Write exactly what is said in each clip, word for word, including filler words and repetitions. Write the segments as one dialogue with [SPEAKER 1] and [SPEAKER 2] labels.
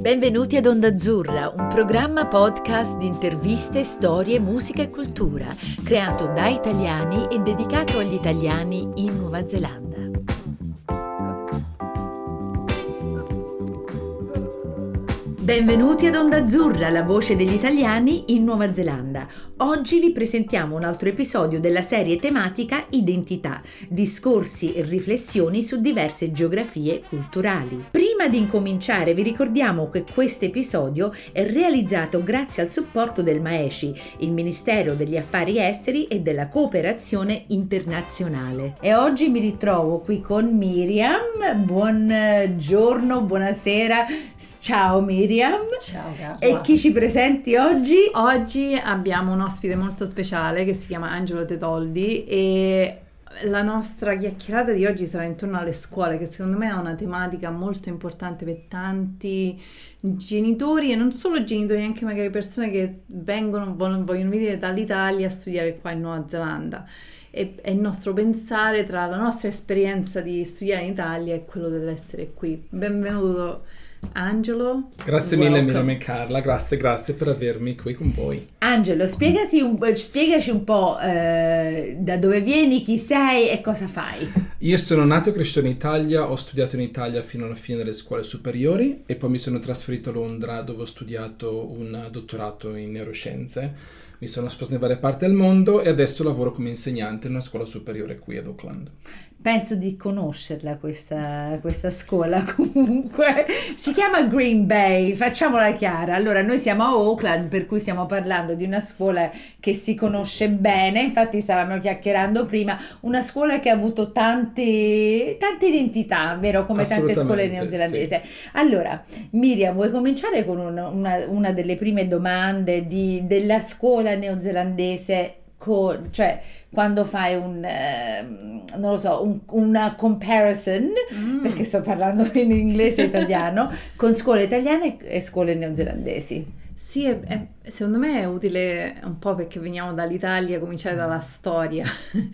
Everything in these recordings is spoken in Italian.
[SPEAKER 1] Benvenuti ad Onda Azzurra, un programma podcast di interviste, storie, musica e cultura, creato da italiani e dedicato agli italiani in Nuova Zelanda. Benvenuti ad Onda Azzurra, la voce degli italiani in Nuova Zelanda. Oggi vi presentiamo un altro episodio della serie tematica Identità, discorsi e riflessioni su diverse geografie culturali. Prima di incominciare vi ricordiamo che questo episodio è realizzato grazie al supporto del MAECI, il Ministero degli Affari Esteri e della Cooperazione Internazionale. E oggi mi ritrovo qui con Miriam. Buongiorno, buonasera. Ciao Miriam.
[SPEAKER 2] Ciao Carla.
[SPEAKER 1] E chi ci presenti oggi?
[SPEAKER 2] Oggi abbiamo un ospite molto speciale che si chiama Angelo Tetoldi e la nostra chiacchierata di oggi sarà intorno alle scuole, che secondo me è una tematica molto importante per tanti genitori e non solo genitori, anche magari persone che vengono, vogliono venire dall'Italia a studiare qua in Nuova Zelanda. E è il nostro pensare tra la nostra esperienza di studiare in Italia e quello dell'essere qui. Benvenuto Angelo.
[SPEAKER 3] Grazie mille, mio nome è Carla, grazie, grazie per avermi qui con voi.
[SPEAKER 1] Angelo, spiegati un, spiegaci un po' eh, da dove vieni, chi sei e cosa fai.
[SPEAKER 3] Io sono nato e cresciuto in Italia, ho studiato in Italia fino alla fine delle scuole superiori e poi mi sono trasferito a Londra dove ho studiato un dottorato in neuroscienze. Mi sono spostato in varie parti del mondo e adesso lavoro come insegnante in una scuola superiore qui ad Auckland.
[SPEAKER 1] Penso di conoscerla questa, questa scuola, comunque si chiama Green Bay, facciamola chiara. Allora, noi siamo a Auckland, per cui stiamo parlando di una scuola che si conosce bene, infatti stavamo chiacchierando prima, una scuola che ha avuto tante, tante identità, vero? Come tante scuole neozelandesi. Sì. Allora, Miriam, vuoi cominciare con una, una, una delle prime domande di, della scuola neozelandese? Co- cioè quando fai un eh, non lo so un, una comparison mm. perché sto parlando in inglese e italiano con scuole italiane e scuole neozelandesi.
[SPEAKER 2] Sì, è, è, secondo me è utile un po' perché veniamo dall'Italia, cominciare dalla storia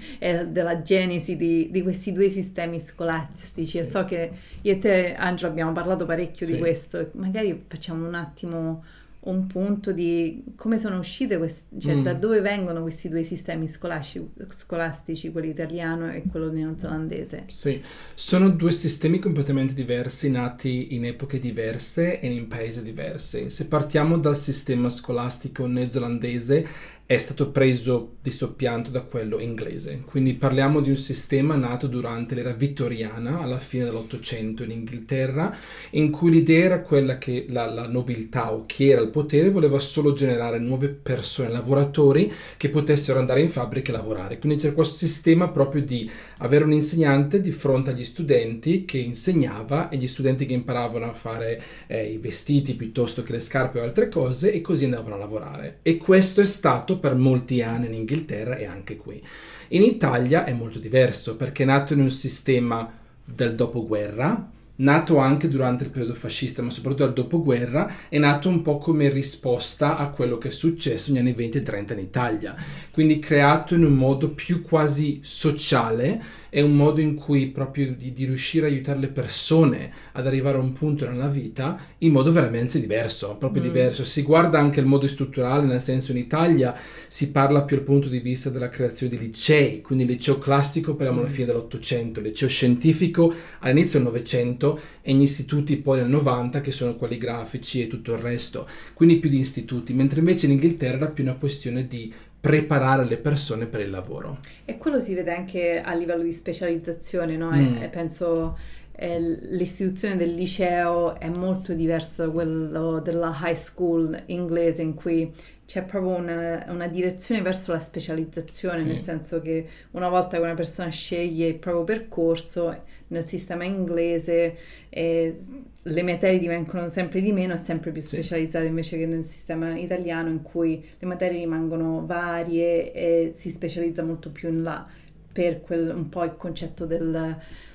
[SPEAKER 2] e della genesi di, di questi due sistemi scolastici. Sì. E so che io e te, Angelo, abbiamo parlato parecchio sì. di questo. Magari facciamo un attimo un punto di come sono uscite queste, cioè mm. da dove vengono questi due sistemi scolastici, scolastici, quello italiano e quello neozelandese.
[SPEAKER 3] Sì, sono due sistemi completamente diversi, nati in epoche diverse e in paesi diversi. Se partiamo dal sistema scolastico neozelandese, è stato preso di soppianto da quello inglese. Quindi parliamo di un sistema nato durante l'era vittoriana, alla fine dell'Ottocento in Inghilterra, in cui l'idea era quella che la, la nobiltà o chi era al potere voleva solo generare nuove persone, lavoratori, che potessero andare in fabbrica e lavorare. Quindi c'era questo sistema proprio di avere un insegnante di fronte agli studenti che insegnava e gli studenti che imparavano a fare eh, i vestiti piuttosto che le scarpe o altre cose e così andavano a lavorare. E questo è stato per molti anni in Inghilterra e anche qui. In Italia è molto diverso perché è nato in un sistema del dopoguerra, nato anche durante il periodo fascista, ma soprattutto al dopoguerra, è nato un po' come risposta a quello che è successo negli anni venti e trenta in Italia. Quindi creato in un modo più quasi sociale, è un modo in cui proprio di, di riuscire a aiutare le persone ad arrivare a un punto nella vita in modo veramente diverso, proprio mm. diverso. Si guarda anche il modo strutturale, nel senso in Italia si parla più dal punto di vista della creazione di licei, quindi il liceo classico parliamo mm. alla fine dell'Ottocento, il liceo scientifico all'inizio del Novecento e gli istituti poi nel novanta che sono quelli grafici e tutto il resto, quindi più di istituti, mentre invece in Inghilterra era più una questione di preparare le persone per il lavoro.
[SPEAKER 2] E quello si vede anche a livello di specializzazione, no? Mm. E, e penso eh, l'istituzione del liceo è molto diversa da quello della high school inglese, in cui c'è proprio una, una direzione verso la specializzazione, sì. nel senso che una volta che una persona sceglie il proprio percorso nel sistema inglese eh, le materie divengono sempre di meno e sempre più specializzate, sì. invece che nel sistema italiano in cui le materie rimangono varie e si specializza molto più in là per quel, un po' il concetto del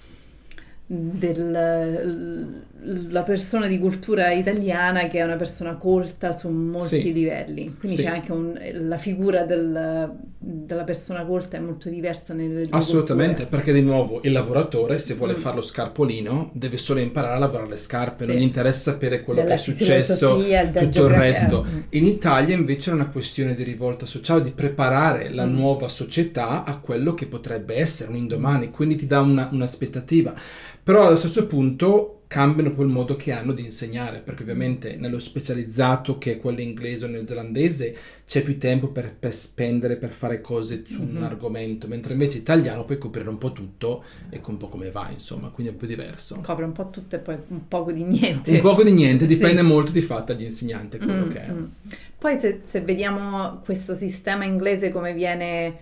[SPEAKER 2] della persona di cultura italiana che è una persona colta su molti sì. livelli, quindi sì. c'è anche un, la figura del della persona colta è molto diversa nelle due
[SPEAKER 3] Assolutamente,
[SPEAKER 2] culture.
[SPEAKER 3] perché di nuovo il lavoratore, se vuole
[SPEAKER 2] Mm.
[SPEAKER 3] fare lo scarpolino, deve solo imparare a lavorare le scarpe,
[SPEAKER 2] Sì.
[SPEAKER 3] non gli interessa sapere quello
[SPEAKER 1] Della
[SPEAKER 3] che è successo,
[SPEAKER 1] filosofia, della
[SPEAKER 3] tutto il
[SPEAKER 1] geografia.
[SPEAKER 3] resto.
[SPEAKER 1] Mm.
[SPEAKER 3] In Italia invece è una questione di rivolta sociale, di preparare la
[SPEAKER 2] Mm.
[SPEAKER 3] nuova società a quello che potrebbe essere un indomani, quindi ti dà una, un'aspettativa. Però allo stesso punto cambiano poi il modo che hanno di insegnare, perché ovviamente nello specializzato, che è quello inglese o neozelandese, c'è più tempo per, per spendere, per fare cose su
[SPEAKER 2] Mhm.
[SPEAKER 3] un argomento, mentre invece italiano puoi coprire un po' tutto e un po' come va, insomma, quindi è un po' diverso.
[SPEAKER 2] Copre un po' tutto e poi un poco di niente.
[SPEAKER 3] Un poco di niente, dipende
[SPEAKER 2] Sì.
[SPEAKER 3] molto di fatto dagli insegnanti, quello
[SPEAKER 2] Mm,
[SPEAKER 3] che è.
[SPEAKER 2] mm. Poi se, se vediamo questo sistema inglese come viene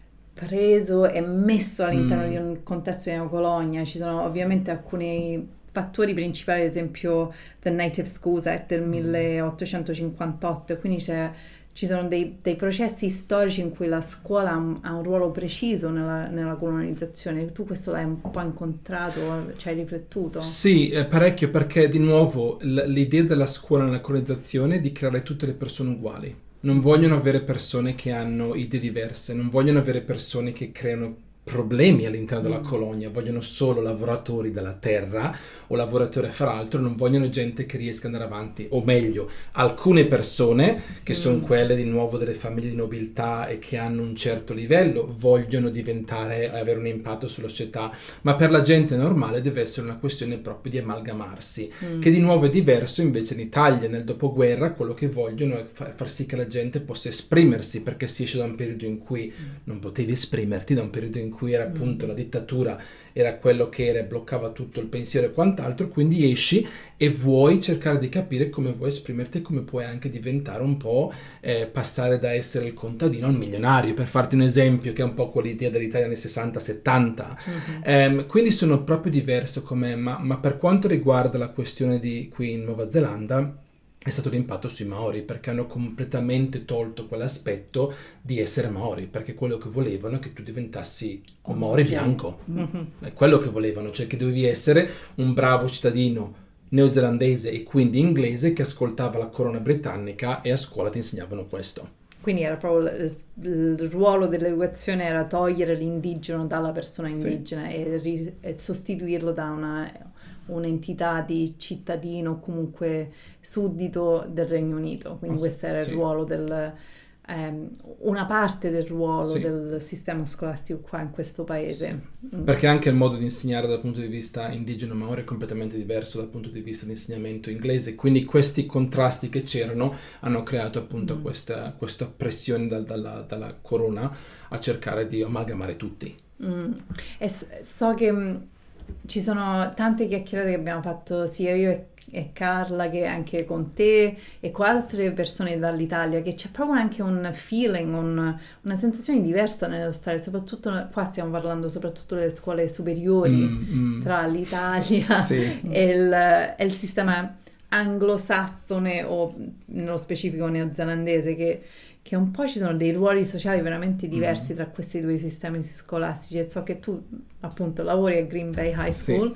[SPEAKER 2] preso e messo all'interno
[SPEAKER 3] Mm.
[SPEAKER 2] di un contesto di neocolonia, ci sono ovviamente alcuni fattori principali, ad esempio The Native Schools Act del
[SPEAKER 3] Mm.
[SPEAKER 2] milleottocentocinquantotto, quindi c'è, ci sono dei, dei processi storici in cui la scuola ha un, ha un ruolo preciso nella, nella colonizzazione. Tu questo l'hai un po' incontrato, ci hai riflettuto?
[SPEAKER 3] Sì, eh, parecchio, perché di nuovo l- l'idea della scuola nella colonizzazione è di creare tutte le persone uguali. Non vogliono avere persone che hanno idee diverse, non vogliono avere persone che creano problemi all'interno della
[SPEAKER 2] Mm.
[SPEAKER 3] colonia, vogliono solo lavoratori della terra o lavoratori a far altro, non vogliono gente che riesca ad andare avanti, o meglio, alcune persone che sono
[SPEAKER 2] Mm.
[SPEAKER 3] quelle di nuovo delle famiglie di nobiltà e che hanno un certo livello, vogliono diventare, avere un impatto sulla società, ma per la gente normale deve essere una questione proprio di amalgamarsi,
[SPEAKER 2] Mm.
[SPEAKER 3] che di nuovo è diverso invece in Italia, nel dopoguerra, quello che vogliono è fa- far sì che la gente possa esprimersi, perché si esce da un periodo in cui non potevi esprimerti, da un periodo in cui era appunto la dittatura, era quello che era, bloccava tutto il pensiero e quant'altro, quindi esci e vuoi cercare di capire come vuoi esprimerti e come puoi anche diventare un po', eh, passare da essere il contadino al milionario, per farti un esempio, che è un po' quell'idea dell'Italia anni sessanta settanta.
[SPEAKER 2] Mhm.
[SPEAKER 3] Ehm, quindi sono proprio diverse come, ma, ma per quanto riguarda la questione di qui in Nuova Zelanda, è stato l'impatto sui Maori, perché hanno completamente tolto quell'aspetto di essere Maori, perché quello che volevano è che tu diventassi un Maori bianco.
[SPEAKER 2] Mhm.
[SPEAKER 3] È quello che volevano, cioè che dovevi essere un bravo cittadino neozelandese e quindi inglese che ascoltava la corona britannica, e a scuola ti insegnavano questo.
[SPEAKER 2] Quindi era proprio il, il ruolo dell'educazione era togliere l'indigeno dalla persona
[SPEAKER 3] Sì.
[SPEAKER 2] indigena e, ri- e sostituirlo da una, un'entità di cittadino o comunque suddito del Regno Unito. Quindi
[SPEAKER 3] Ah,
[SPEAKER 2] questo era
[SPEAKER 3] sì.
[SPEAKER 2] il ruolo del, ehm, una parte del ruolo
[SPEAKER 3] Sì.
[SPEAKER 2] del sistema scolastico qua in questo paese. Mm.
[SPEAKER 3] Perché anche il modo di insegnare dal punto di vista indigeno maori è completamente diverso dal punto di vista di insegnamento inglese, quindi questi contrasti che c'erano hanno creato appunto
[SPEAKER 2] Mm.
[SPEAKER 3] questa, questa pressione dal- dalla, dalla corona a cercare di amalgamare tutti.
[SPEAKER 2] Mm. E s- so che mm, ci sono tante chiacchierate che abbiamo fatto sia io e, e Carla, che anche con te e con altre persone dall'Italia, che c'è proprio anche un feeling, un- una sensazione diversa nello stare, soprattutto qua stiamo parlando soprattutto delle scuole superiori,
[SPEAKER 3] Mm, mm.
[SPEAKER 2] tra l'Italia
[SPEAKER 3] Sì.
[SPEAKER 2] e il, e il sistema anglosassone o nello specifico neozelandese, che, che un po' ci sono dei ruoli sociali veramente diversi
[SPEAKER 3] Mm.
[SPEAKER 2] tra questi due sistemi scolastici. E so che tu appunto lavori a Green Bay High
[SPEAKER 3] Sì.
[SPEAKER 2] School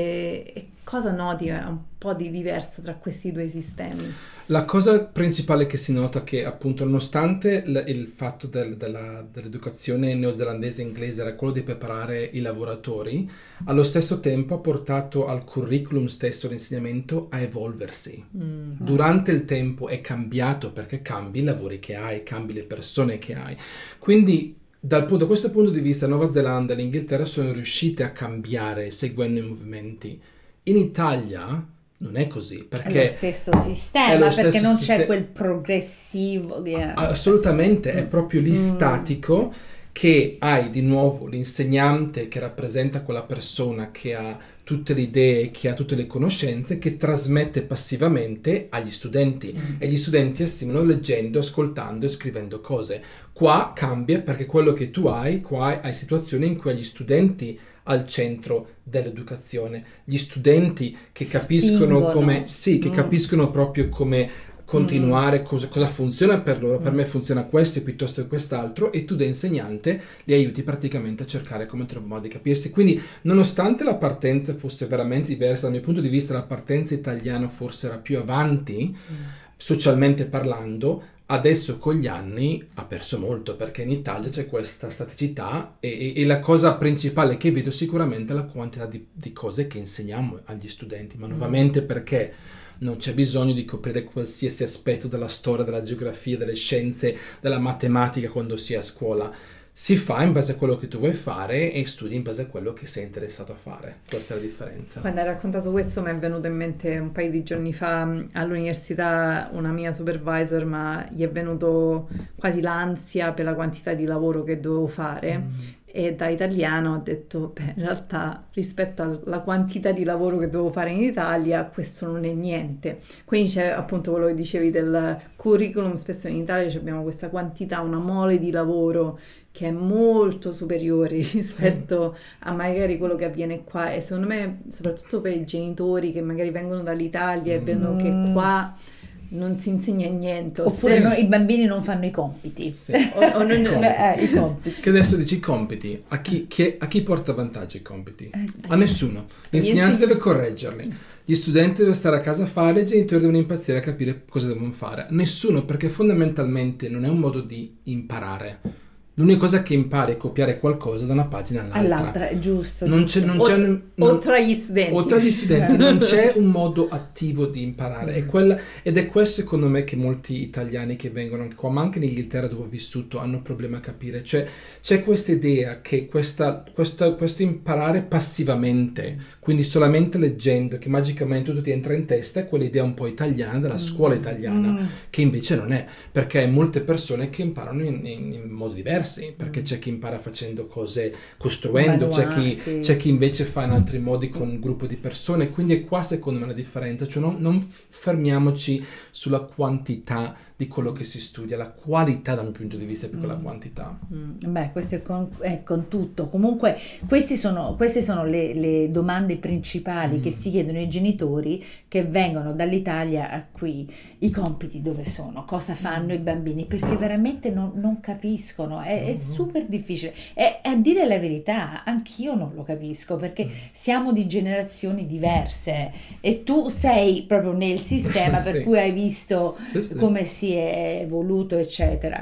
[SPEAKER 2] e, e cosa noti un po' di diverso tra questi due sistemi?
[SPEAKER 3] La cosa principale che si nota è che appunto nonostante l- il fatto del- della- dell'educazione neozelandese e inglese era quello di preparare i lavoratori, allo stesso tempo ha portato al curriculum stesso l'insegnamento a evolversi.
[SPEAKER 2] Mm.
[SPEAKER 3] Durante il tempo è cambiato, perché cambi i lavori che hai, cambi le persone che hai. Quindi dal punto- da questo punto di vista Nuova Zelanda e l'Inghilterra sono riuscite a cambiare seguendo i movimenti. In Italia non è così,
[SPEAKER 1] È
[SPEAKER 3] perché
[SPEAKER 1] lo stesso sistema,
[SPEAKER 3] è lo
[SPEAKER 1] perché
[SPEAKER 3] stesso
[SPEAKER 1] non
[SPEAKER 3] sistema.
[SPEAKER 1] c'è quel progressivo. che-
[SPEAKER 3] Assolutamente, è
[SPEAKER 1] Mm.
[SPEAKER 3] proprio lì
[SPEAKER 1] Mm.
[SPEAKER 3] statico, che hai di nuovo l'insegnante che rappresenta quella persona che ha tutte le idee, che ha tutte le conoscenze, che trasmette passivamente agli studenti,
[SPEAKER 1] Mm.
[SPEAKER 3] e gli studenti assimilano leggendo, ascoltando e scrivendo cose. Qua cambia, perché quello che tu hai, qua hai situazioni in cui hai gli studenti al centro dell'educazione, gli studenti che capiscono
[SPEAKER 1] Spingono.
[SPEAKER 3] come, sì, che
[SPEAKER 1] Mm.
[SPEAKER 3] capiscono proprio come continuare, cosa, cosa funziona per loro. Per
[SPEAKER 1] Mm.
[SPEAKER 3] me funziona questo piuttosto che quest'altro, e tu da insegnante li aiuti praticamente a cercare come trovare modo di capirsi. Quindi nonostante la partenza fosse veramente diversa, dal mio punto di vista la partenza italiana forse era più avanti,
[SPEAKER 1] Mm.
[SPEAKER 3] socialmente parlando, Adesso con gli anni ha perso molto, perché in Italia c'è questa staticità e, e, e la cosa principale che vedo sicuramente è la quantità di, di cose che insegniamo agli studenti, ma nuovamente perché non c'è bisogno di coprire qualsiasi aspetto della storia, della geografia, delle scienze, della matematica quando si è a scuola. Si fa in base a quello che tu vuoi fare e studi in base a quello che sei interessato a fare. Questa è la differenza.
[SPEAKER 2] Quando hai raccontato questo mi è venuto in mente un paio di giorni fa all'università una mia supervisor, ma gli è venuto quasi l'ansia per la quantità di lavoro che dovevo fare. Mm. E da italiano ho detto, beh, in realtà rispetto alla quantità di lavoro che devo fare in Italia, questo non è niente. Quindi c'è appunto quello che dicevi del curriculum, spesso in Italia abbiamo questa quantità, una mole di lavoro che è molto superiore rispetto sì. a magari quello che avviene qua, e secondo me soprattutto per i genitori che magari vengono dall'Italia e vedono mm. che qua non si insegna niente,
[SPEAKER 1] oppure se... no, i bambini non fanno i compiti,
[SPEAKER 3] sì.
[SPEAKER 1] o, o non, compiti. Eh, i compiti.
[SPEAKER 3] Che adesso dici i compiti, a chi, chi, a chi porta vantaggio i compiti? Eh, a nessuno. L'insegnante insegn... deve correggerli, gli studenti devono stare a casa a fare, i genitori devono impazzire a capire cosa devono fare. Nessuno, perché fondamentalmente non è un modo di imparare. L'unica cosa che impari è copiare qualcosa da una pagina all'altra.
[SPEAKER 1] All'altra, è giusto.
[SPEAKER 3] Non
[SPEAKER 1] giusto.
[SPEAKER 3] C'è, non
[SPEAKER 2] o,
[SPEAKER 3] c'è, non,
[SPEAKER 2] o tra gli studenti.
[SPEAKER 3] O tra gli studenti. Non c'è un modo attivo di imparare. È quella, ed è questo secondo me che molti italiani che vengono anche qua, ma anche in Inghilterra dove ho vissuto, hanno problema a capire. Cioè c'è questa idea che questa, questa, questo imparare passivamente, quindi solamente leggendo, che magicamente tutto ti entra in testa, è quell'idea un po' italiana della scuola italiana, mm. che invece non è. Perché hai molte persone che imparano in, in, in modo diverso. Perché c'è chi impara facendo cose, costruendo, Manuale, c'è, chi, sì. c'è chi invece fa in altri modi con un gruppo di persone, quindi è qua secondo me la differenza, cioè non, non fermiamoci sulla quantità di quello che si studia, la qualità da un punto di vista più che mm. la quantità.
[SPEAKER 1] Mm. Beh, questo è con, è con tutto. Comunque questi sono, queste sono le, le domande principali mm. che si chiedono i genitori che vengono dall'Italia a qui. I compiti dove sono? Cosa fanno mm. i bambini? Perché veramente non, non capiscono, è, è super difficile. E a dire la verità, anch'io non lo capisco, perché mm. siamo di generazioni diverse e tu sei proprio nel sistema per sì. cui hai visto sì. come si è evoluto eccetera,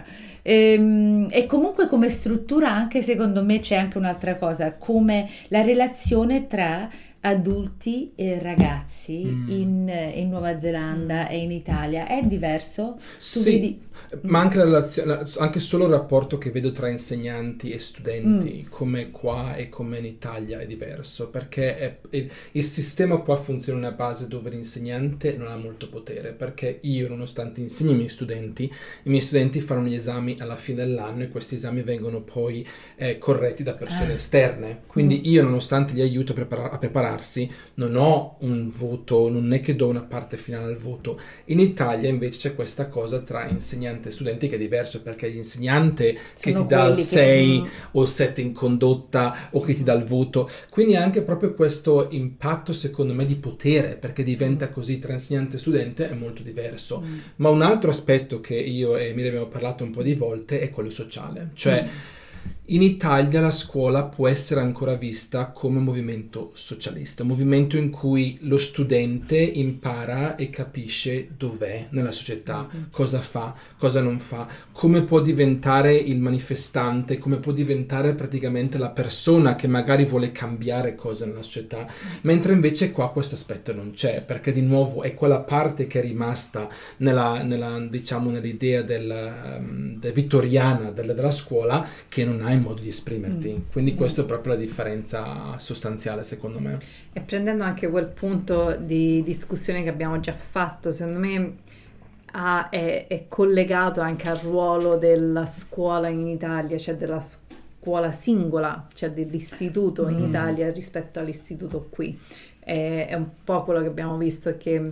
[SPEAKER 1] e, e comunque come struttura anche secondo me c'è anche un'altra cosa, come la relazione tra adulti e ragazzi mm. in, in Nuova Zelanda e in Italia è diverso? Tu
[SPEAKER 3] sì,
[SPEAKER 1] vedi...
[SPEAKER 3] ma anche, la relazione, anche solo il rapporto che vedo tra insegnanti e studenti, mm. come qua e come in Italia, è diverso, perché è, è, il sistema qua funziona in una base dove l'insegnante non ha molto potere, perché io, nonostante insegni ai miei studenti, i miei studenti fanno gli esami alla fine dell'anno e questi esami vengono poi eh, corretti da persone ah. esterne, quindi mm. io, nonostante li aiuto a, prepara- a preparare non ho un voto, non è che do una parte finale al voto. In Italia invece c'è questa cosa tra insegnante e studenti che è diverso, perché l'insegnante che ti dà il sei che... o il sette in condotta o che ti dà il voto, quindi anche proprio questo impatto secondo me di potere, perché diventa così tra insegnante e studente, è molto diverso. Mm. Ma un altro aspetto che io e Miriam abbiamo parlato un po' di volte è quello sociale, cioè mm. in Italia la scuola può essere ancora vista come un movimento socialista, un movimento in cui lo studente impara e capisce dov'è nella società, mm-hmm. cosa fa, cosa non fa, come può diventare il manifestante, come può diventare praticamente la persona che magari vuole cambiare cose nella società, mentre invece qua questo aspetto non c'è, perché di nuovo è quella parte che è rimasta nella, nella diciamo nell'idea del, um, del vittoriana della, della scuola, che non ha in modo di esprimerti, mm. quindi mm. questa è proprio la differenza sostanziale secondo me.
[SPEAKER 2] E prendendo anche quel punto di discussione che abbiamo già fatto, secondo me ha, è, è collegato anche al ruolo della scuola in Italia, cioè della scuola singola, cioè dell'istituto mm. in Italia rispetto all'istituto qui. È, è un po' quello che abbiamo visto, che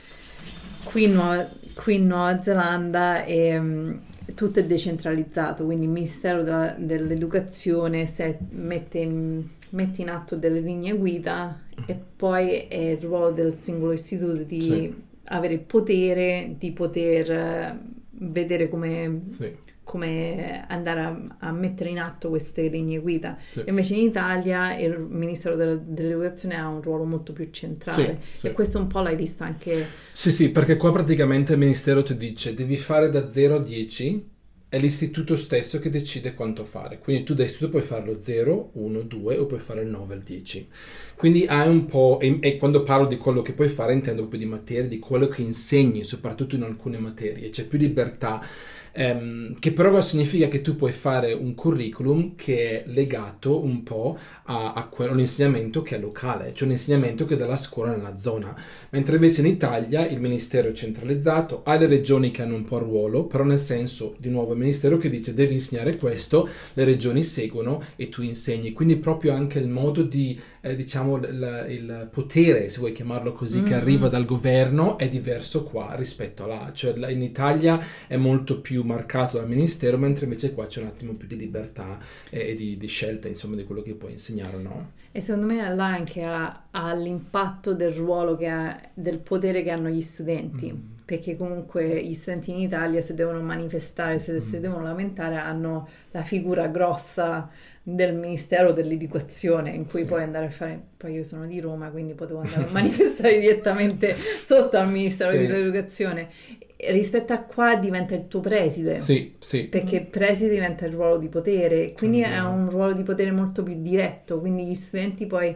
[SPEAKER 2] qui in Nuova, qui in Nuova Zelanda è, tutto è decentralizzato, quindi il Ministero della, dell'Educazione se mette, in, mette in atto delle linee guida e poi è il ruolo del singolo istituto di sì. avere il potere di poter vedere come, sì. come andare a, a mettere in atto queste linee guida.
[SPEAKER 3] Sì.
[SPEAKER 2] Invece in Italia il Ministero del, dell'Educazione ha un ruolo molto più centrale,
[SPEAKER 3] Sì, sì.
[SPEAKER 2] e questo un po' l'hai visto anche...
[SPEAKER 3] Sì, sì, perché qua praticamente il Ministero ti dice devi fare da zero a dieci, è l'istituto stesso che decide quanto fare. Quindi tu da istituto puoi farlo zero, uno, due o puoi fare il nove al dieci. Quindi hai un po', e, e quando parlo di quello che puoi fare intendo proprio di materie, di quello che insegni, soprattutto in alcune materie. C'è più libertà, ehm, che però significa che tu puoi fare un curriculum che è legato un po' a, a quello, l'insegnamento che è locale, cioè un insegnamento che è dalla scuola nella zona. Mentre invece in Italia il ministero è centralizzato, ha le regioni che hanno un po' il ruolo, però nel senso, di nuovo, il ministero che dice devi insegnare questo, le regioni seguono e tu insegni. Quindi proprio anche il modo di, eh, diciamo, il, il potere, se vuoi chiamarlo così, mm-hmm. che arriva dal governo è diverso qua rispetto a là. Cioè in Italia è molto più marcato dal ministero, mentre invece qua c'è un attimo più di libertà e, e di, di scelta, insomma, di quello che puoi insegnare o no.
[SPEAKER 2] E secondo me là anche ha, ha l'impatto del ruolo che ha, del potere che hanno gli studenti, mm. perché comunque gli studenti in Italia, se devono manifestare, se, mm. se devono lamentare, hanno la figura grossa del Ministero dell'Educazione, in cui sì. puoi andare a fare, poi io sono di Roma, quindi potevo andare a manifestare direttamente sotto al Ministero sì. dell'Educazione. Rispetto a qua diventa il tuo preside,
[SPEAKER 3] sì, sì.
[SPEAKER 2] perché il preside diventa il ruolo di potere, quindi è un ruolo di potere molto più diretto, quindi gli studenti poi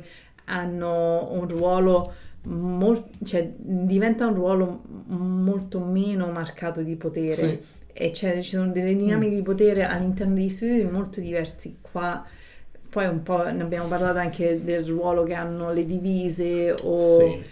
[SPEAKER 2] hanno un ruolo molto, cioè diventa un ruolo molto meno marcato di potere, sì. e cioè, ci sono delle dinamiche mm. di potere all'interno degli studi molto diversi qua. Poi un po' ne abbiamo parlato anche del ruolo che hanno le divise o
[SPEAKER 3] sì.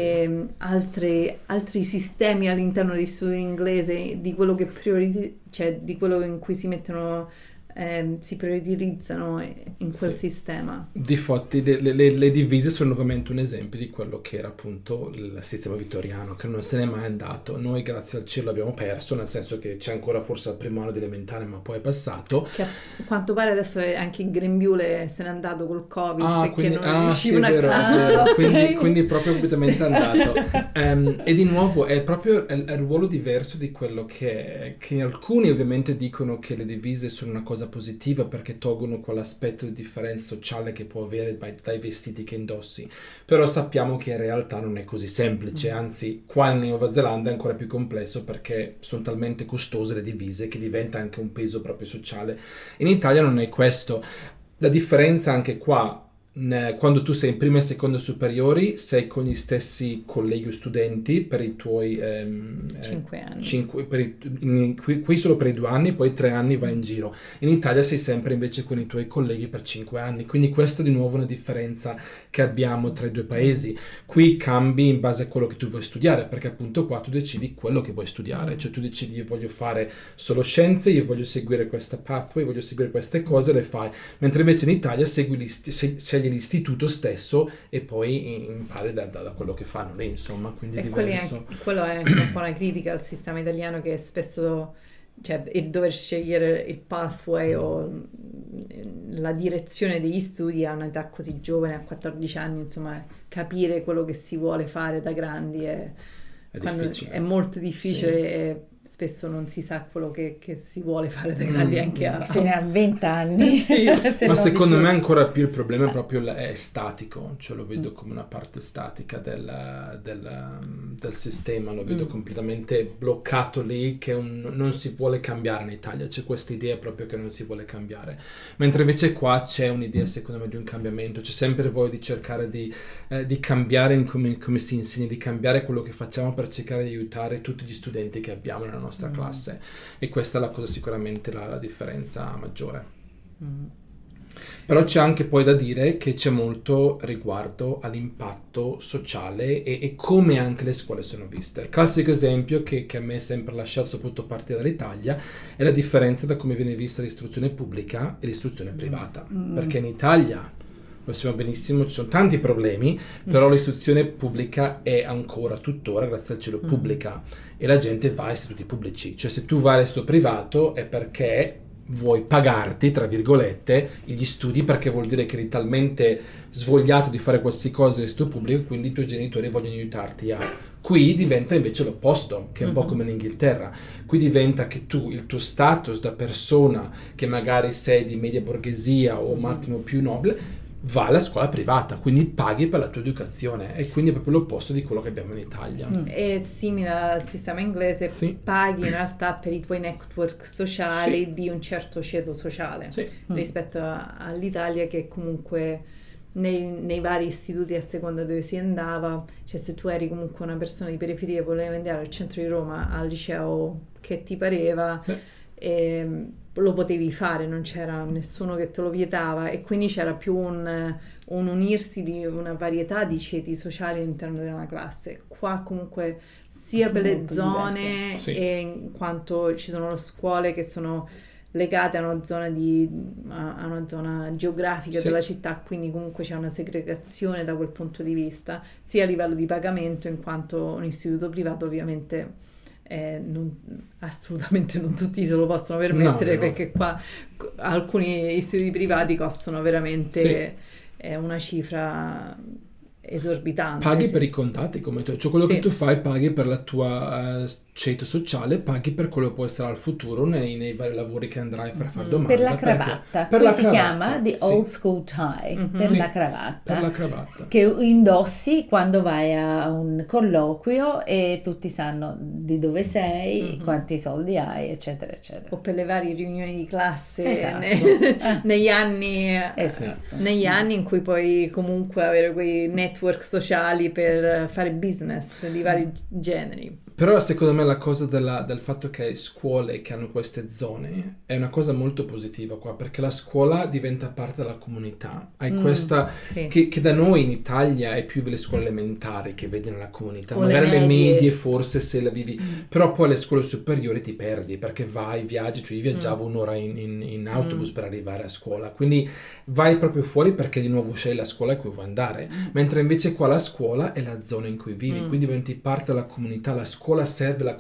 [SPEAKER 2] E altri, altri sistemi all'interno degli studi inglese, di quello che priori, cioè di quello in cui si mettono eh, si prioritizzano in quel sì. sistema.
[SPEAKER 3] Difatti le, le, le divise sono nuovamente un esempio di quello che era appunto il sistema vittoriano, che non se n'è mai andato. Noi grazie al cielo l'abbiamo perso, nel senso che c'è ancora forse al primo anno di elementare, ma poi è passato.
[SPEAKER 2] Che a quanto pare adesso è anche in grembiule se n'è andato col Covid,
[SPEAKER 3] ah,
[SPEAKER 2] perché
[SPEAKER 3] quindi,
[SPEAKER 2] non
[SPEAKER 3] ah,
[SPEAKER 2] riuscivano
[SPEAKER 3] sì,
[SPEAKER 2] a...
[SPEAKER 3] vero,
[SPEAKER 2] Ah,
[SPEAKER 3] vero.
[SPEAKER 2] okay.
[SPEAKER 3] quindi, quindi proprio completamente andato. um, e di nuovo è proprio il ruolo diverso di quello che è, che alcuni ovviamente dicono che le divise sono una cosa positiva perché tolgono quell'aspetto di differenza sociale che può avere dai, dai vestiti che indossi, però sappiamo che in realtà non è così semplice, anzi qua in Nuova Zelanda è ancora più complesso perché sono talmente costose le divise che diventa anche un peso proprio sociale. In Italia non è questo. La differenza anche qua, quando tu sei in prima e seconda superiori, sei con gli stessi colleghi o studenti per i tuoi ehm,
[SPEAKER 2] cinque anni.
[SPEAKER 3] Cinque, per i, in, qui, qui solo per i due anni, poi tre anni vai in giro. In Italia sei sempre invece con i tuoi colleghi per cinque anni, quindi questa è di nuovo una differenza che abbiamo tra i due paesi. Qui cambi in base a quello che tu vuoi studiare, perché appunto qua tu decidi quello che vuoi studiare, cioè tu decidi io voglio fare solo scienze, io voglio seguire questa pathway, voglio seguire queste cose, le fai, mentre invece in Italia segui gli sti- scegli l'istituto stesso e poi impari da, da, da quello che fanno lì, insomma, quindi è diverso.
[SPEAKER 2] Anche, quello è anche un po' una critica al sistema italiano, che spesso, cioè, il dover scegliere il pathway mm. o la direzione degli studi a un'età così giovane, a quattordici anni, insomma, capire quello che si vuole fare da grandi è,
[SPEAKER 3] è, difficile.
[SPEAKER 2] È molto difficile sì. e spesso non si sa quello che, che si vuole fare da grandi mm. anche a...
[SPEAKER 1] fino a venti anni.
[SPEAKER 2] Sì.
[SPEAKER 3] Ma secondo me ancora più il problema è proprio è statico, cioè lo vedo come una parte statica del, del, del sistema, lo vedo mm. completamente bloccato lì, che un, non si vuole cambiare in Italia, c'è questa idea proprio che non si vuole cambiare, mentre invece qua c'è un'idea secondo me di un cambiamento, c'è sempre voglia di cercare di, eh, di cambiare in come, come si insegna, di cambiare quello che facciamo per cercare di aiutare tutti gli studenti che abbiamo nella nostra mm. classe, e questa è la cosa sicuramente la, la differenza maggiore. Mm. Però c'è anche poi da dire che c'è molto riguardo all'impatto sociale e, e come anche le scuole sono viste. Il classico esempio che, che a me è sempre lasciato, soprattutto a partire dall'Italia, è la differenza da come viene vista l'istruzione pubblica e l'istruzione privata, mm. perché in Italia lo sappiamo benissimo, ci sono tanti problemi, però mm. l'istruzione pubblica è ancora tuttora, grazie al cielo, pubblica, mm. e la gente va a istituti pubblici. Cioè se tu vai all'istituto privato è perché vuoi pagarti, tra virgolette, gli studi, perché vuol dire che eri talmente svogliato di fare qualsiasi cosa all'istituto pubblico, quindi i tuoi genitori vogliono aiutarti a Qui diventa invece l'opposto, che è un
[SPEAKER 2] Mhm.
[SPEAKER 3] po' come in Inghilterra. Qui diventa che tu, il tuo status da persona, che magari sei di media borghesia o un attimo più nobile, va alla scuola privata, quindi paghi per la tua educazione, e quindi è proprio l'opposto di quello che abbiamo in Italia.
[SPEAKER 1] Mm.
[SPEAKER 2] È simile al sistema inglese,
[SPEAKER 3] Sì.
[SPEAKER 2] paghi in realtà per i tuoi network sociali
[SPEAKER 3] Sì.
[SPEAKER 2] di un certo ceto sociale,
[SPEAKER 3] Sì.
[SPEAKER 1] Mm.
[SPEAKER 2] rispetto a- all'Italia, che comunque nei, nei vari istituti, a seconda dove si andava, cioè se tu eri comunque una persona di periferia e volevi andare al centro di Roma, al liceo che ti pareva,
[SPEAKER 3] Sì.
[SPEAKER 2] ehm, lo potevi fare, non c'era nessuno che te lo vietava, e quindi c'era più un, un unirsi di una varietà di ceti sociali all'interno della classe. Qua comunque sia per le
[SPEAKER 1] Molto
[SPEAKER 2] zone
[SPEAKER 1] diverse.
[SPEAKER 3] Sì.
[SPEAKER 2] e in quanto ci sono scuole che sono legate a una zona, di, a a una zona geografica
[SPEAKER 3] Sì.
[SPEAKER 2] della città, quindi comunque c'è una segregazione da quel punto di vista, sia a livello di pagamento, in quanto un istituto privato ovviamente eh, non- assolutamente non tutti se lo possono permettere,
[SPEAKER 3] No, no.
[SPEAKER 2] perché qua c- alcuni istituti privati costano veramente eh, una cifra esorbitante.
[SPEAKER 3] Paghi
[SPEAKER 2] sì.
[SPEAKER 3] per i contatti, come tu, cioè quello
[SPEAKER 2] Sì.
[SPEAKER 3] che tu fai, paghi per la tua eh, ceto sociale, paghi per quello che può essere al futuro nei, nei vari lavori che andrai a fare, fare
[SPEAKER 2] Mhm.
[SPEAKER 3] domanda.
[SPEAKER 1] Per la
[SPEAKER 3] perché-
[SPEAKER 1] cravatta,
[SPEAKER 3] per
[SPEAKER 1] qui
[SPEAKER 3] la
[SPEAKER 1] si
[SPEAKER 3] cravatta,
[SPEAKER 1] chiama the
[SPEAKER 3] sì.
[SPEAKER 1] old school tie,
[SPEAKER 2] Mhm.
[SPEAKER 1] per
[SPEAKER 3] Sì,
[SPEAKER 1] la cravatta,
[SPEAKER 3] per la cravatta.
[SPEAKER 1] che indossi quando vai a un colloquio e tutti sanno di dove sei,
[SPEAKER 2] Mhm.
[SPEAKER 1] quanti soldi hai, eccetera, eccetera.
[SPEAKER 2] O per le varie riunioni di classe
[SPEAKER 1] Esatto.
[SPEAKER 2] ne-
[SPEAKER 1] Eh.
[SPEAKER 2] negli anni
[SPEAKER 1] Esatto.
[SPEAKER 2] negli anni in cui puoi comunque avere quei network sociali per fare business di vari generi.
[SPEAKER 3] Però secondo me la cosa della- del fatto che hai scuole che hanno queste zone è una cosa molto positiva qua, perché la scuola diventa parte della comunità. Hai
[SPEAKER 1] Mm,
[SPEAKER 3] questa
[SPEAKER 2] sì.
[SPEAKER 3] che, che da noi in Italia è più le scuole elementari che vedi nella comunità,
[SPEAKER 2] O le
[SPEAKER 3] magari le
[SPEAKER 2] medie.
[SPEAKER 3] medie forse se la vivi,
[SPEAKER 1] Mm.
[SPEAKER 3] però poi alle scuole superiori ti perdi perché vai, viaggi, cioè io viaggiavo
[SPEAKER 2] Mm.
[SPEAKER 3] un'ora in, in- in autobus
[SPEAKER 2] Mm.
[SPEAKER 3] per arrivare a scuola, quindi vai proprio fuori perché di nuovo scegli la scuola in cui vuoi andare, mentre invece qua la scuola è la zona in cui vivi,
[SPEAKER 2] Mm.
[SPEAKER 3] quindi diventi parte della comunità, la scuola serve la comunità,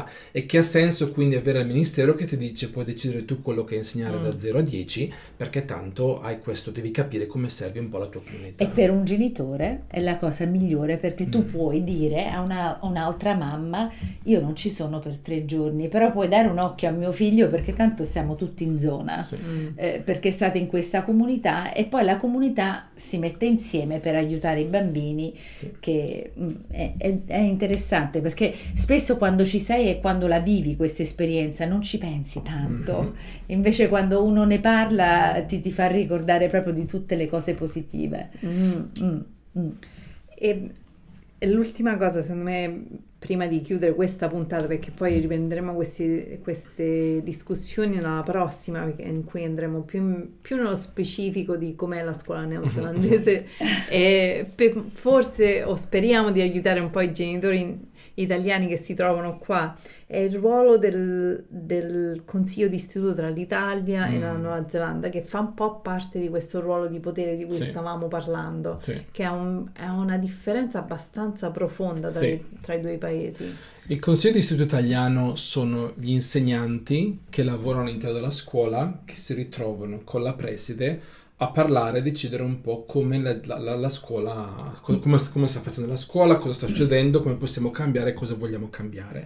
[SPEAKER 3] e che ha senso quindi avere il ministero che ti dice puoi decidere tu quello che insegnare
[SPEAKER 2] Mm.
[SPEAKER 3] da zero a dieci, perché tanto hai questo, devi capire come serve un po' la tua comunità.
[SPEAKER 1] E per un genitore è la cosa migliore, perché tu
[SPEAKER 3] Mm.
[SPEAKER 1] puoi dire a una- un'altra mamma: io non ci sono per tre giorni, però puoi dare un occhio a mio figlio perché tanto siamo tutti in zona,
[SPEAKER 3] Sì.
[SPEAKER 2] Mm.
[SPEAKER 1] eh, perché state in questa comunità, e poi la comunità si mette insieme per aiutare i bambini,
[SPEAKER 3] Sì.
[SPEAKER 1] che mm, è, è- è interessante, perché spesso quando ci sei e quando la vivi questa esperienza non ci pensi tanto,
[SPEAKER 3] Mhm.
[SPEAKER 1] invece quando uno ne parla ti, ti fa ricordare proprio di tutte le cose positive.
[SPEAKER 2] Mm.
[SPEAKER 1] Mm, mm.
[SPEAKER 2] E, e l'ultima cosa, secondo me, prima di chiudere questa puntata, perché poi riprenderemo questi- queste discussioni nella prossima, perché- in cui andremo più, in- più nello specifico di com'è la scuola neozelandese, e per- forse, o speriamo di aiutare un po' i genitori italiani che si trovano qua, è il ruolo del, del consiglio di istituto tra l'Italia e la
[SPEAKER 3] Mm.
[SPEAKER 2] Nuova Zelanda, che fa un po' parte di questo ruolo di potere di cui
[SPEAKER 3] Sì.
[SPEAKER 2] stavamo parlando,
[SPEAKER 3] Sì.
[SPEAKER 2] che ha, un- ha una differenza abbastanza profonda tra,
[SPEAKER 3] Sì.
[SPEAKER 2] i, tra i due paesi.
[SPEAKER 3] Il consiglio di istituto italiano sono gli insegnanti che lavorano all'interno della scuola, che si ritrovano con la preside a parlare e decidere un po' come la, la- la- la scuola, co- come, come sta facendo la scuola, cosa sta succedendo, come possiamo cambiare, cosa vogliamo cambiare.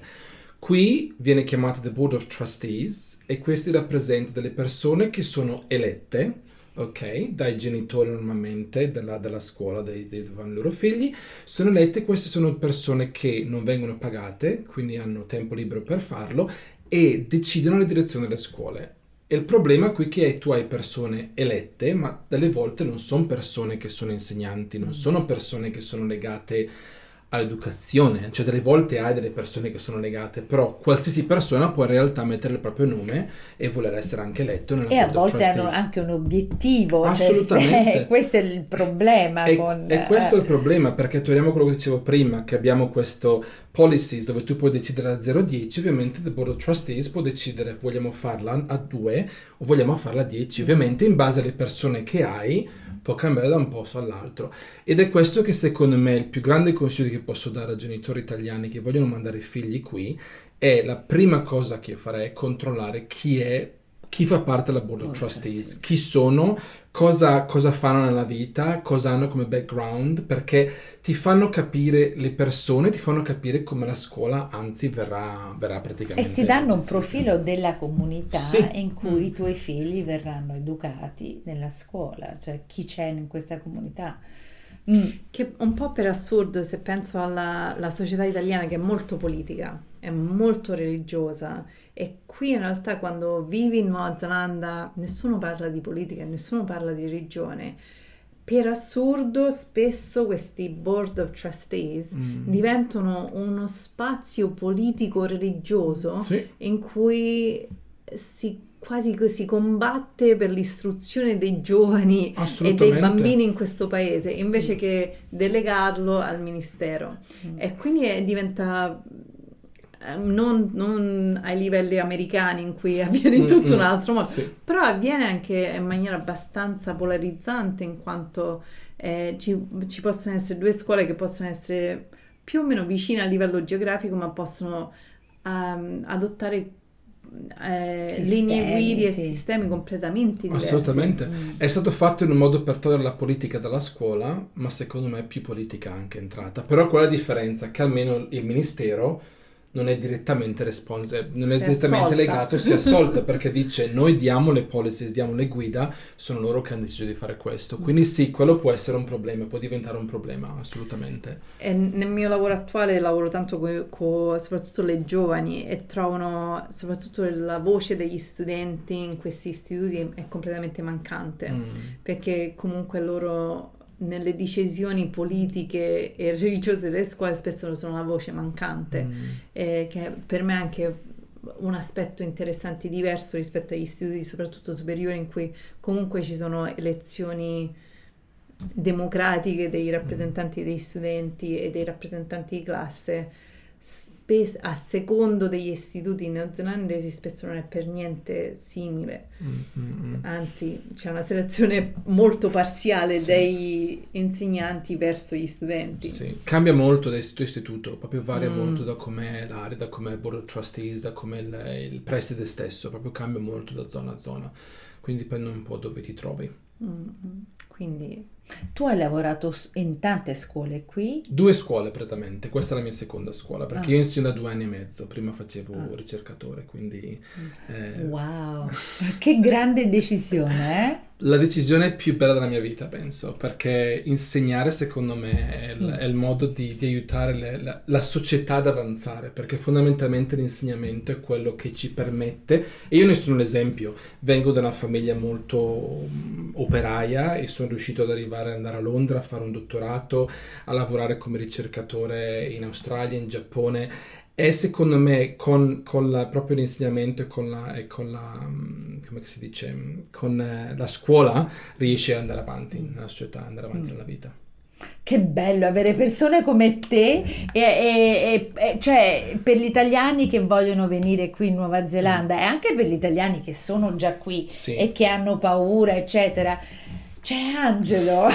[SPEAKER 3] Qui viene chiamata the Board of Trustees, e questi rappresentano delle persone che sono elette, ok, dai genitori normalmente della, della scuola, dei, dei, dove vanno i loro figli, sono elette. Queste sono persone che non vengono pagate, quindi hanno tempo libero per farlo, e decidono la direzione delle scuole. E il problema qui è che tu hai persone elette, ma delle volte non sono persone che sono insegnanti, non sono persone che sono legate all'educazione, cioè delle volte hai delle persone che sono legate, però qualsiasi persona può in realtà mettere il proprio nome e voler essere anche eletto nella
[SPEAKER 1] E a
[SPEAKER 3] Board of
[SPEAKER 1] volte hanno
[SPEAKER 3] Trustees.
[SPEAKER 1] anche un obiettivo, cioè,
[SPEAKER 3] Assolutamente.
[SPEAKER 1] se- questo è il problema
[SPEAKER 3] E,
[SPEAKER 1] con...
[SPEAKER 3] e questo è
[SPEAKER 1] eh,
[SPEAKER 3] il problema, perché torniamo a quello che dicevo prima, che abbiamo questo policies dove tu puoi decidere da zero a dieci, ovviamente the Board of Trustees può decidere vogliamo farla a due o vogliamo farla a dieci, ovviamente in base alle persone che hai può cambiare da un posto all'altro, ed è questo che secondo me è il più grande consiglio che posso dare a genitori italiani che vogliono mandare i figli qui. È la prima cosa che io farei è controllare chi è chi fa parte della Board of Trustees, chi sono, cosa, cosa fanno nella vita, cosa hanno come background, perché ti fanno capire le persone, ti fanno capire come la scuola anzi verrà, verrà praticamente...
[SPEAKER 1] E ti danno un profilo della comunità
[SPEAKER 3] sì.
[SPEAKER 1] in cui mm. i tuoi figli verranno educati nella scuola, cioè chi c'è in questa comunità.
[SPEAKER 2] Mm. Che un po' per assurdo, se penso alla, alla società italiana, che è molto politica, è molto religiosa, e qui in realtà quando vivi in Nuova Zelanda nessuno parla di politica, nessuno parla di religione. Per assurdo spesso questi board of trustees mm. diventano uno spazio politico religioso sì. in cui si quasi si combatte per l'istruzione dei giovani e dei bambini in questo paese, invece mm. che delegarlo al ministero. Mm. E quindi è, diventa non, non ai livelli americani in cui avviene in tutto mm, un altro modo, sì. però avviene anche in maniera abbastanza polarizzante, in quanto eh, ci, ci possono essere due scuole che possono essere più o meno vicine a livello geografico, ma possono um, adottare Eh, sistemi, linee guida sì. e sistemi completamente diversi.
[SPEAKER 3] Assolutamente.
[SPEAKER 2] Mm.
[SPEAKER 3] È stato fatto in un modo per togliere la politica dalla scuola, ma secondo me è più politica anche entrata. Però quella differenza che almeno il ministero non è direttamente responsabile, non è
[SPEAKER 2] si
[SPEAKER 3] direttamente
[SPEAKER 2] assolta.
[SPEAKER 3] legato, si assolta perché dice noi diamo le policies, diamo le guida, sono loro che hanno deciso di fare questo. Quindi sì, quello può essere un problema, può diventare un problema, assolutamente.
[SPEAKER 2] E nel mio lavoro attuale lavoro tanto con co, soprattutto le giovani, e trovano soprattutto la voce degli studenti in questi istituti è completamente mancante, mm. perché comunque loro nelle decisioni politiche e religiose delle scuole spesso sono una voce mancante, mm. eh, che per me è anche un aspetto interessante, diverso rispetto agli istituti soprattutto superiori, in cui comunque ci sono elezioni democratiche dei rappresentanti degli studenti e dei rappresentanti di classe. A secondo degli istituti neozelandesi spesso non è per niente simile, mm-hmm. anzi c'è una selezione molto parziale sì. degli insegnanti verso gli studenti.
[SPEAKER 3] Sì. Cambia molto da istituto a istituto, proprio varia mm. molto da com'è l'area, da com'è il board of trustees, da com'è il, il preside stesso, proprio cambia molto da zona a zona, quindi dipende un po' dove ti trovi.
[SPEAKER 2] Mm-hmm. Quindi
[SPEAKER 1] tu hai lavorato in tante scuole qui?
[SPEAKER 3] Due scuole prettamente, questa è la mia seconda scuola, perché ah. io insegno da due anni e mezzo, prima facevo ah. ricercatore, quindi...
[SPEAKER 1] Eh... Wow, che grande decisione, eh?
[SPEAKER 3] La decisione più bella della mia vita, penso, perché insegnare secondo me è il, è il modo di, di aiutare le, la, la società ad avanzare, perché fondamentalmente l'insegnamento è quello che ci permette, e io ne sono un esempio, vengo da una famiglia molto um, operaia e sono riuscito ad arrivare ad andare a Londra a fare un dottorato, a lavorare come ricercatore in Australia, in Giappone. E secondo me con, con la, proprio l'insegnamento e con la, e con la come si dice, con la scuola riesci ad andare avanti nella società, andare avanti mm. nella vita.
[SPEAKER 1] Che bello avere persone come te, e, e, e cioè per gli italiani che vogliono venire qui in Nuova Zelanda mm. e anche per gli italiani che sono già qui sì. e che hanno paura eccetera. C'è Angelo.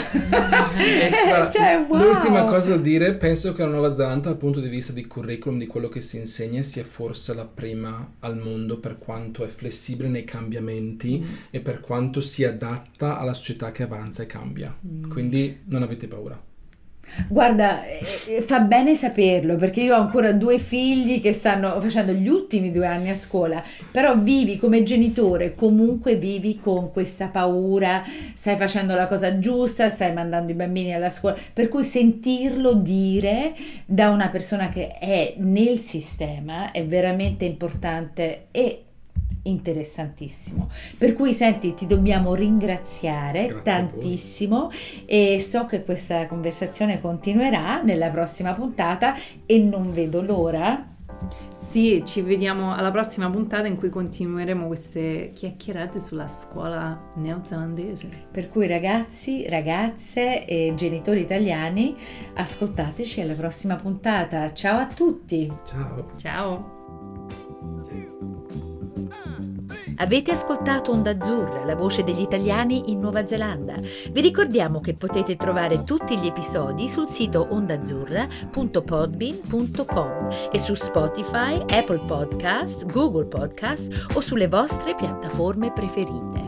[SPEAKER 3] Ecco, cioè, wow. L'ultima cosa da dire, penso che la Nuova Zelanda dal punto di vista di curriculum, di quello che si insegna, sia forse la prima al mondo per quanto è flessibile nei cambiamenti mm. e per quanto si adatta alla società che avanza e cambia. Mm. Quindi non avete paura.
[SPEAKER 1] Guarda, eh, fa bene saperlo, perché io ho ancora due figli che stanno facendo gli ultimi due anni a scuola, però vivi come genitore, comunque vivi con questa paura, stai facendo la cosa giusta, stai mandando i bambini alla scuola, per cui sentirlo dire da una persona che è nel sistema è veramente importante e interessantissimo. Per cui senti, ti dobbiamo ringraziare Grazie tantissimo e so che questa conversazione continuerà nella prossima puntata e non vedo l'ora.
[SPEAKER 2] Sì, ci vediamo alla prossima puntata in cui continueremo queste chiacchierate sulla scuola neozelandese.
[SPEAKER 1] Per cui ragazzi, ragazze e genitori italiani, ascoltateci alla prossima puntata. Ciao a tutti.
[SPEAKER 3] Ciao.
[SPEAKER 2] Ciao.
[SPEAKER 1] Avete ascoltato Onda Azzurra, la voce degli italiani in Nuova Zelanda. Vi ricordiamo che potete trovare tutti gli episodi sul sito ondaazzurra punto podbean punto com e su Spotify, Apple Podcast, Google Podcast o sulle vostre piattaforme preferite.